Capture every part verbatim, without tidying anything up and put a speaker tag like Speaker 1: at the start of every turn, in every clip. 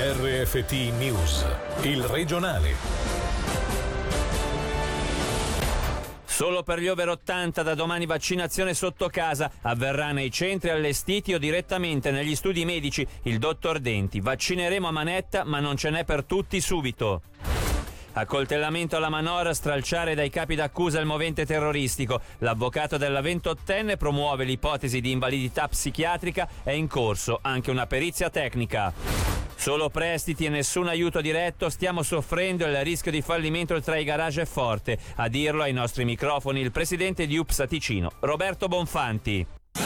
Speaker 1: R F T News, il regionale.
Speaker 2: Solo per gli over ottanta da domani vaccinazione sotto casa, avverrà nei centri allestiti o direttamente negli studi medici. Il dottor Denti: vaccineremo a manetta ma non ce n'è per tutti subito. Accoltellamento alla Manora, stralciare dai capi d'accusa il movente terroristico. L'avvocato della ventottenne promuove l'ipotesi di invalidità psichiatrica, è in corso anche una perizia tecnica. Solo prestiti e nessun aiuto diretto, stiamo soffrendo e il rischio di fallimento tra i garage è forte. A dirlo ai nostri microfoni il presidente di U P S A Ticino, Roberto Bonfanti.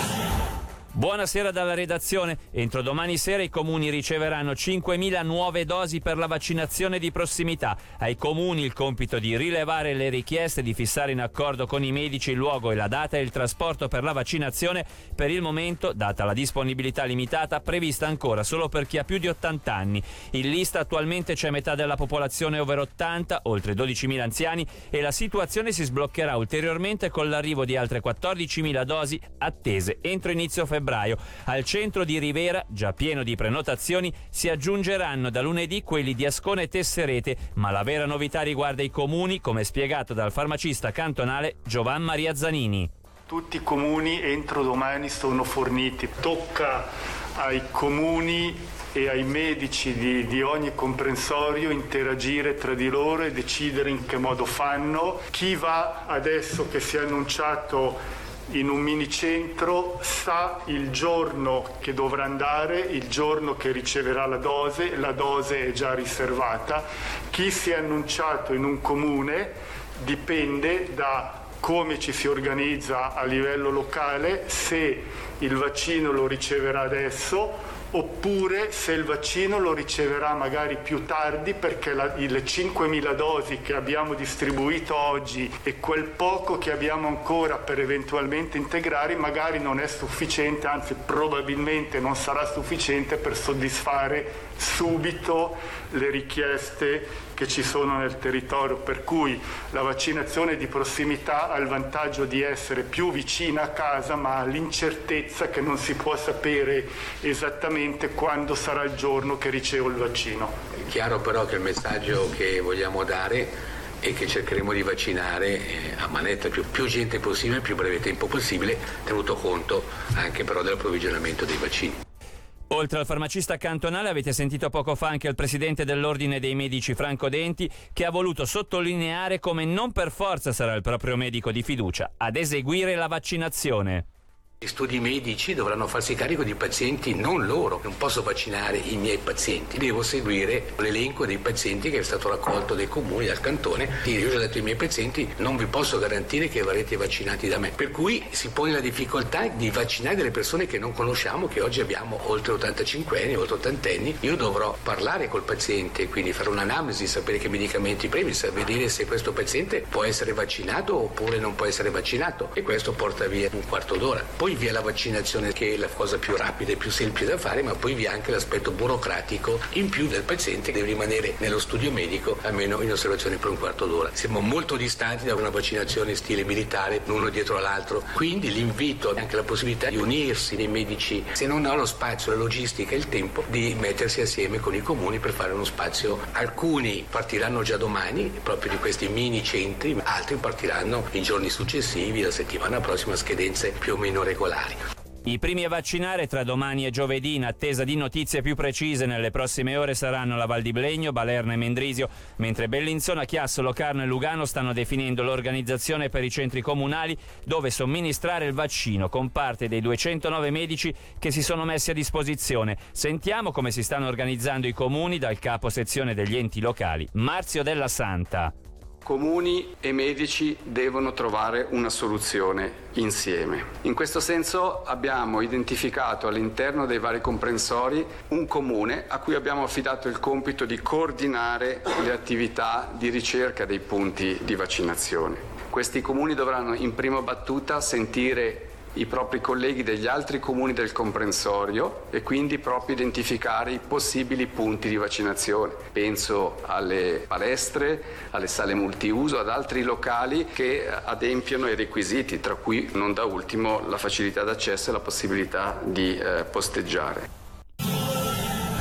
Speaker 2: Buonasera dalla redazione. Entro domani sera i comuni riceveranno cinquemila nuove dosi per la vaccinazione di prossimità. Ai comuni il compito di rilevare le richieste, di fissare in accordo con i medici il luogo e la data e il trasporto per la vaccinazione. Per il momento, data la disponibilità limitata, prevista ancora solo per chi ha più di ottanta anni. In lista attualmente c'è metà della popolazione over ottanta, oltre dodicimila anziani, e la situazione si sbloccherà ulteriormente con l'arrivo di altre quattordicimila dosi attese entro inizio febbraio. Al centro di Rivera, già pieno di prenotazioni, si aggiungeranno da lunedì quelli di Ascona e Tesserete, ma la vera novità riguarda i comuni, come spiegato dal farmacista cantonale Giovan Maria Zanini.
Speaker 3: Tutti i comuni entro domani sono forniti. Tocca ai comuni e ai medici di, di ogni comprensorio interagire tra di loro e decidere in che modo fanno. Chi va adesso che si è annunciato in un minicentro sa il giorno che dovrà andare, il giorno che riceverà la dose, la dose è già riservata. Chi si è annunciato in un comune dipende da come ci si organizza a livello locale, se il vaccino lo riceverà adesso oppure se il vaccino lo riceverà magari più tardi, perché la, le cinquemila dosi che abbiamo distribuito oggi e quel poco che abbiamo ancora per eventualmente integrare magari non è sufficiente, anzi probabilmente non sarà sufficiente per soddisfare subito le richieste che ci sono nel territorio, per cui la vaccinazione di prossimità ha il vantaggio di essere più vicina a casa, ma ha l'incertezza che non si può sapere esattamente quando sarà il giorno che ricevo il vaccino.
Speaker 4: È chiaro però che il messaggio che vogliamo dare è che cercheremo di vaccinare a manetta più, più gente possibile, nel più breve tempo possibile, tenuto conto anche però dell'approvvigionamento dei vaccini.
Speaker 2: Oltre al farmacista cantonale avete sentito poco fa anche il presidente dell'Ordine dei Medici Franco Denti, che ha voluto sottolineare come non per forza sarà il proprio medico di fiducia ad eseguire la vaccinazione.
Speaker 4: Gli studi medici dovranno farsi carico di pazienti non loro. Non posso vaccinare i miei pazienti, devo seguire l'elenco dei pazienti che è stato raccolto dai comuni, dal cantone. Io ho già detto ai miei pazienti: non vi posso garantire che verrete vaccinati da me. Per cui si pone la difficoltà di vaccinare delle persone che non conosciamo, che oggi abbiamo oltre ottantacinque anni, oltre ottantenni. Io dovrò parlare col paziente, quindi fare un'anamnesi, sapere che medicamenti previ, vedere se questo paziente può essere vaccinato oppure non può essere vaccinato, e questo porta via un quarto d'ora. Poi vi è la vaccinazione, che è la cosa più rapida e più semplice da fare, ma poi vi è anche l'aspetto burocratico in più del paziente che deve rimanere nello studio medico almeno in osservazione per un quarto d'ora. Siamo molto distanti da una vaccinazione stile militare, uno dietro l'altro, quindi l'invito, anche la possibilità di unirsi dei medici, se non ha lo spazio, la logistica e il tempo, di mettersi assieme con i comuni per fare uno spazio. Alcuni partiranno già domani proprio di questi mini centri, altri partiranno in giorni successivi, la settimana prossima, scadenze più o meno regolari.
Speaker 2: I primi a vaccinare tra domani e giovedì, in attesa di notizie più precise nelle prossime ore, saranno la Val di Blegno, Balerno e Mendrisio, mentre Bellinzona, Chiasso, Locarno e Lugano stanno definendo l'organizzazione per i centri comunali dove somministrare il vaccino, con parte dei duecentonove medici che si sono messi a disposizione. Sentiamo come si stanno organizzando i comuni dal capo sezione degli enti locali, Marzio Della Santa.
Speaker 5: Comuni e medici devono trovare una soluzione insieme. In questo senso abbiamo identificato all'interno dei vari comprensori un comune a cui abbiamo affidato il compito di coordinare le attività di ricerca dei punti di vaccinazione. Questi comuni dovranno in prima battuta sentire i propri colleghi degli altri comuni del comprensorio e quindi proprio identificare i possibili punti di vaccinazione. Penso alle palestre, alle sale multiuso, ad altri locali che adempiono ai requisiti, tra cui non da ultimo la facilità d'accesso e la possibilità di eh, posteggiare.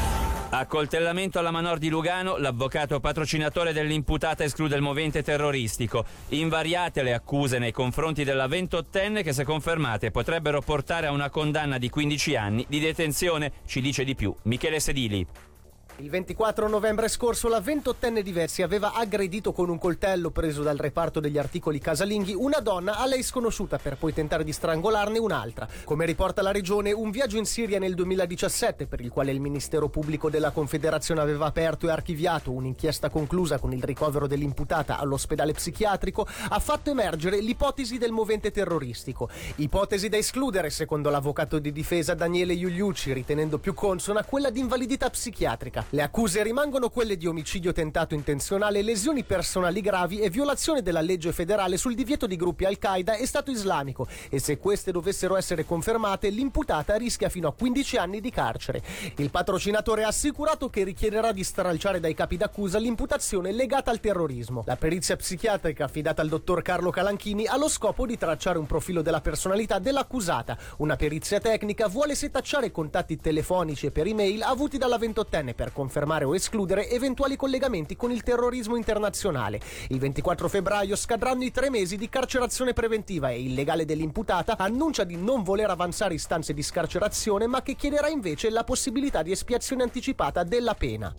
Speaker 2: Accoltellamento alla Manor di Lugano, l'avvocato patrocinatore dell'imputata esclude il movente terroristico. Invariate le accuse nei confronti della ventottenne che, se confermate, potrebbero portare a una condanna di quindici anni di detenzione. Ci dice di più Michele Sedili.
Speaker 6: Il ventiquattro novembre scorso la ventottenne di Versi aveva aggredito con un coltello preso dal reparto degli articoli casalinghi una donna a lei sconosciuta per poi tentare di strangolarne un'altra. Come riporta la regione, un viaggio in Siria nel duemiladiciassette, per il quale il Ministero Pubblico della Confederazione aveva aperto e archiviato un'inchiesta conclusa con il ricovero dell'imputata all'ospedale psichiatrico, ha fatto emergere l'ipotesi del movente terroristico. Ipotesi da escludere, secondo l'avvocato di difesa Daniele Iuliucci, ritenendo più consona quella di invalidità psichiatrica. Le accuse rimangono quelle di omicidio tentato intenzionale, lesioni personali gravi e violazione della legge federale sul divieto di gruppi Al-Qaeda e Stato Islamico, e se queste dovessero essere confermate l'imputata rischia fino a quindici anni di carcere. Il patrocinatore ha assicurato che richiederà di stralciare dai capi d'accusa l'imputazione legata al terrorismo. La perizia psichiatrica affidata al dottor Carlo Calanchini ha lo scopo di tracciare un profilo della personalità dell'accusata. Una perizia tecnica vuole setacciare i contatti telefonici e per email avuti dalla ventottenne per confermare o escludere eventuali collegamenti con il terrorismo internazionale. Il ventiquattro febbraio scadranno i tre mesi di carcerazione preventiva e il legale dell'imputata annuncia di non voler avanzare istanze di scarcerazione, ma che chiederà invece la possibilità di espiazione anticipata della pena.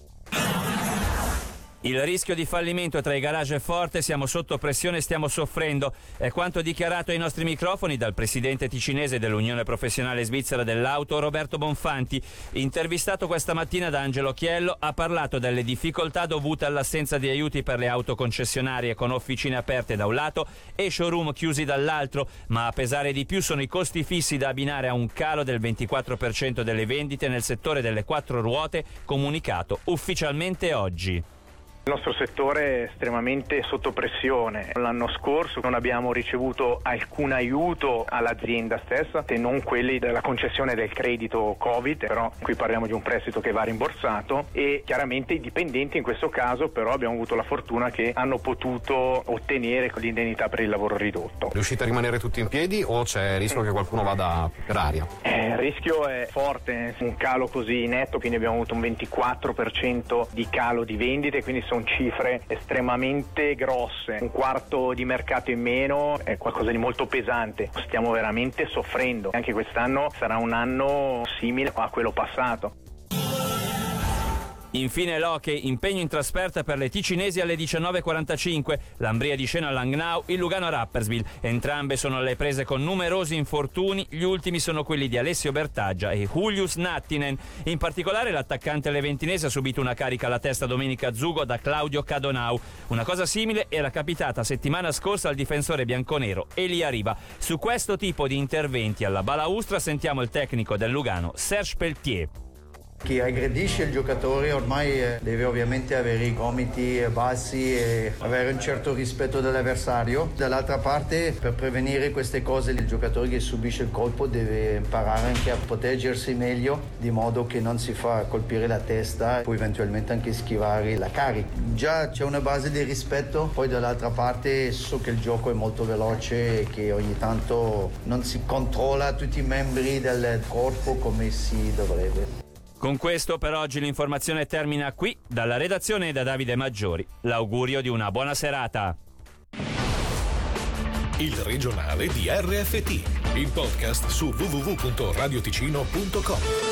Speaker 2: Il rischio di fallimento tra i garage è forte, siamo sotto pressione e stiamo soffrendo. È quanto dichiarato ai nostri microfoni dal presidente ticinese dell'Unione Professionale Svizzera dell'Auto, Roberto Bonfanti. Intervistato questa mattina da Angelo Chiello, ha parlato delle difficoltà dovute all'assenza di aiuti per le auto concessionarie con officine aperte da un lato e showroom chiusi dall'altro, ma a pesare di più sono i costi fissi da abbinare a un calo del ventiquattro per cento delle vendite nel settore delle quattro ruote, comunicato ufficialmente oggi.
Speaker 7: Il nostro settore è estremamente sotto pressione. L'anno scorso non abbiamo ricevuto alcun aiuto all'azienda stessa, se non quelli della concessione del credito Covid, però qui parliamo di un prestito che va rimborsato, e chiaramente i dipendenti in questo caso però abbiamo avuto la fortuna che hanno potuto ottenere l'indennità per il lavoro ridotto.
Speaker 8: Riuscite a rimanere tutti in piedi o c'è il rischio che qualcuno vada per aria?
Speaker 7: Eh, il rischio è forte, un calo così netto, quindi abbiamo avuto un ventiquattro per cento di calo di vendite, quindi sono cifre estremamente grosse. Un quarto di mercato in meno è qualcosa di molto pesante. Stiamo veramente soffrendo. Anche quest'anno sarà un anno simile a quello passato.
Speaker 2: Infine l'hockey, impegno in trasferta per le ticinesi alle diciannove e quarantacinque, l'Ambria di Scena Langnau, il Lugano Rapperswil. Entrambe sono alle prese con numerosi infortuni, gli ultimi sono quelli di Alessio Bertaggia e Julius Nattinen. In particolare l'attaccante leventinese ha subito una carica alla testa domenica Zugo da Claudio Cadonau. Una cosa simile era capitata settimana scorsa al difensore bianconero Elia Riva. Su questo tipo di interventi alla balaustra sentiamo il tecnico del Lugano, Serge Pelletier.
Speaker 9: Chi aggredisce il giocatore ormai deve ovviamente avere i gomiti bassi e avere un certo rispetto dell'avversario. Dall'altra parte, per prevenire queste cose, il giocatore che subisce il colpo deve imparare anche a proteggersi meglio, di modo che non si fa colpire la testa e poi eventualmente anche schivare la carica. Già c'è una base di rispetto, poi dall'altra parte so che il gioco è molto veloce e che ogni tanto non si controlla tutti i membri del corpo come si dovrebbe.
Speaker 2: Con questo per oggi l'informazione termina qui. Dalla redazione e da Davide Maggiori l'augurio di una buona serata.
Speaker 1: Il regionale di R F T, il podcast su w w w punto radioticino punto com.